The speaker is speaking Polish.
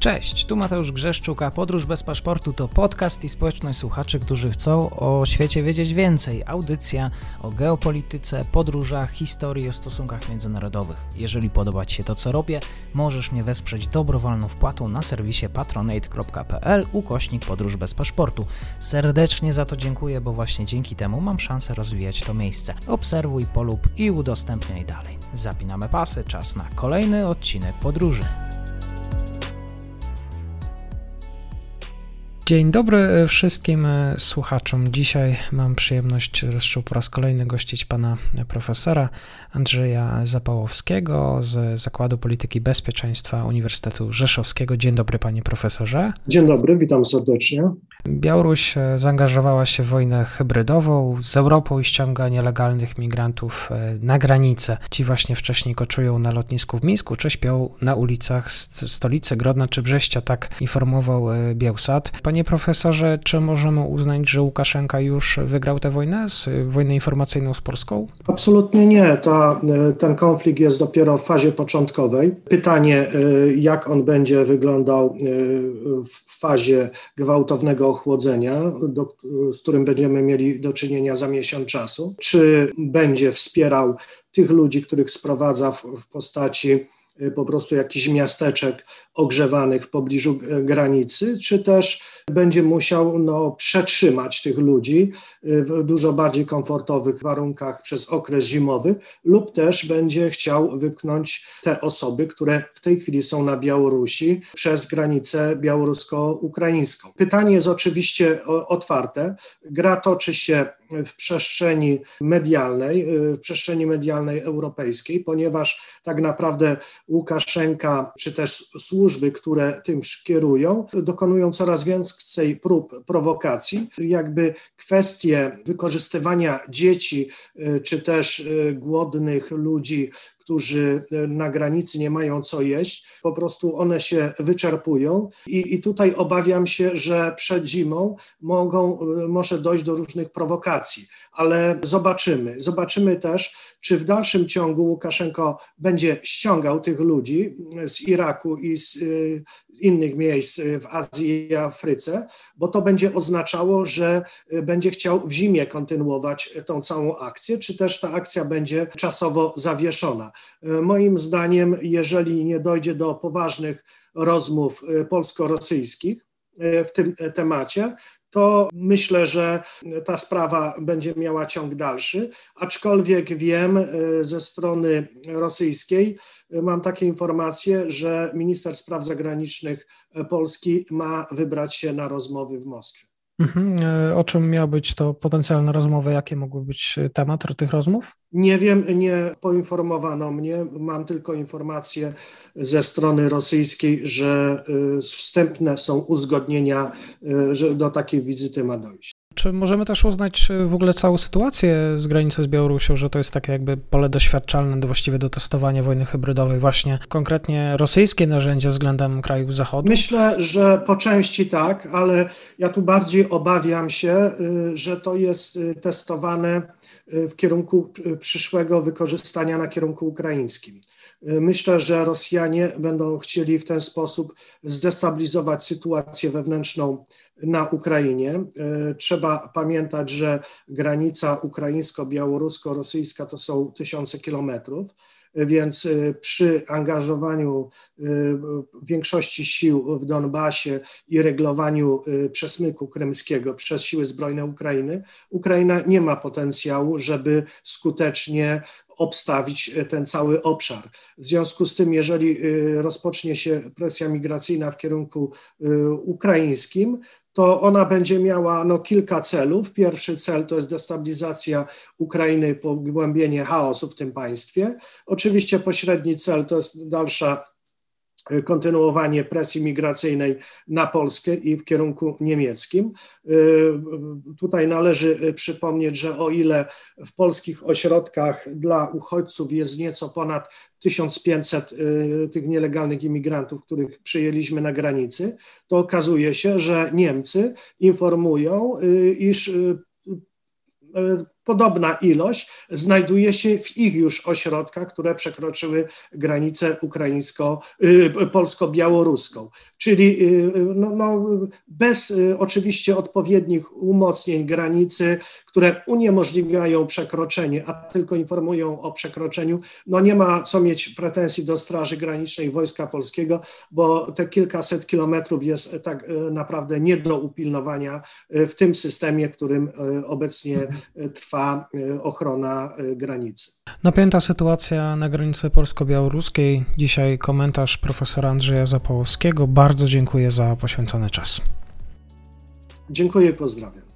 Cześć, tu Mateusz Grzeszczuk, a Podróż bez paszportu to podcast i społeczność słuchaczy, którzy chcą o świecie wiedzieć więcej. Audycja o geopolityce, podróżach, historii, o stosunkach międzynarodowych. Jeżeli podoba Ci się to, co robię, możesz mnie wesprzeć dobrowolną wpłatą na serwisie patronate.pl/podróż bez paszportu. Serdecznie za to dziękuję, bo właśnie dzięki temu mam szansę rozwijać to miejsce. Obserwuj, polub i udostępniaj dalej. Zapinamy pasy, czas na kolejny odcinek podróży. Dzień dobry wszystkim słuchaczom. Dzisiaj mam przyjemność zresztą po raz kolejny gościć pana profesora Andrzeja Zapałowskiego z Zakładu Polityki Bezpieczeństwa Uniwersytetu Rzeszowskiego. Dzień dobry, panie profesorze. Dzień dobry, witam serdecznie. Białoruś zaangażowała się w wojnę hybrydową z Europą i ściąga nielegalnych migrantów na granicę. Ci właśnie wcześniej koczują na lotnisku w Mińsku, czy śpią na ulicach stolicy Grodna czy Brześcia, tak informował Bielsat. Panie profesorze, czy możemy uznać, że Łukaszenka już wygrał tę wojnę, wojnę informacyjną z Polską? Absolutnie nie. Ten konflikt jest dopiero w fazie początkowej. Pytanie, jak on będzie wyglądał w fazie gwałtownego ochłodzenia, z którym będziemy mieli do czynienia za miesiąc czasu. Czy będzie wspierał tych ludzi, których sprowadza w postaci po prostu jakichś miasteczek ogrzewanych w pobliżu granicy, czy też będzie musiał przetrzymać tych ludzi w dużo bardziej komfortowych warunkach przez okres zimowy, lub też będzie chciał wypchnąć te osoby, które w tej chwili są na Białorusi, przez granicę białorusko-ukraińską. Pytanie jest oczywiście otwarte. Gra toczy się w przestrzeni medialnej europejskiej, ponieważ tak naprawdę Łukaszenka, czy też służby, które tym kierują, dokonują coraz więcej prób prowokacji. Jakby kwestie wykorzystywania dzieci, czy też głodnych ludzi, którzy na granicy nie mają co jeść, po prostu one się wyczerpują i tutaj obawiam się, że przed zimą może dojść do różnych prowokacji, ale zobaczymy też, czy w dalszym ciągu Łukaszenko będzie ściągał tych ludzi z Iraku i z innych miejsc w Azji i Afryce, bo to będzie oznaczało, że będzie chciał w zimie kontynuować tą całą akcję, czy też ta akcja będzie czasowo zawieszona. Moim zdaniem, jeżeli nie dojdzie do poważnych rozmów polsko-rosyjskich w tym temacie, to myślę, że ta sprawa będzie miała ciąg dalszy, aczkolwiek wiem ze strony rosyjskiej, mam takie informacje, że minister spraw zagranicznych Polski ma wybrać się na rozmowy w Moskwie. O czym miała być to potencjalna rozmowa? Jakie mogły być temat tych rozmów? Nie wiem, nie poinformowano mnie. Mam tylko informacje ze strony rosyjskiej, że wstępne są uzgodnienia, że do takiej wizyty ma dojść. Czy możemy też uznać w ogóle całą sytuację z granicy z Białorusią, że to jest takie jakby pole doświadczalne właściwie do testowania wojny hybrydowej, właśnie konkretnie rosyjskie narzędzia względem krajów Zachodu? Myślę, że po części tak, ale ja tu bardziej obawiam się, że to jest testowane w kierunku przyszłego wykorzystania na kierunku ukraińskim. Myślę, że Rosjanie będą chcieli w ten sposób zdestabilizować sytuację wewnętrzną na Ukrainie. Trzeba pamiętać, że granica ukraińsko-białorusko-rosyjska to są tysiące kilometrów, więc przy angażowaniu większości sił w Donbasie i reglowaniu przesmyku krymskiego przez siły zbrojne Ukrainy, Ukraina nie ma potencjału, żeby skutecznie obstawić ten cały obszar. W związku z tym, jeżeli rozpocznie się presja migracyjna w kierunku ukraińskim, to ona będzie miała kilka celów. Pierwszy cel to jest destabilizacja Ukrainy, pogłębienie chaosu w tym państwie. Oczywiście pośredni cel to jest dalsza kontynuowanie presji migracyjnej na Polskę i w kierunku niemieckim. Tutaj należy przypomnieć, że o ile w polskich ośrodkach dla uchodźców jest nieco ponad 1500 tych nielegalnych imigrantów, których przyjęliśmy na granicy, to okazuje się, że Niemcy informują, iż podobna ilość znajduje się w ich już ośrodkach, które przekroczyły granicę polsko-białoruską. Czyli bez oczywiście odpowiednich umocnień granicy, które uniemożliwiają przekroczenie, a tylko informują o przekroczeniu, nie ma co mieć pretensji do Straży Granicznej Wojska Polskiego, bo te kilkaset kilometrów jest tak naprawdę nie do upilnowania w tym systemie, w którym obecnie trwa ochrona granicy. Napięta sytuacja na granicy polsko-białoruskiej. Dzisiaj komentarz profesora Andrzeja Zapałowskiego. Bardzo dziękuję za poświęcony czas. Dziękuję i pozdrawiam.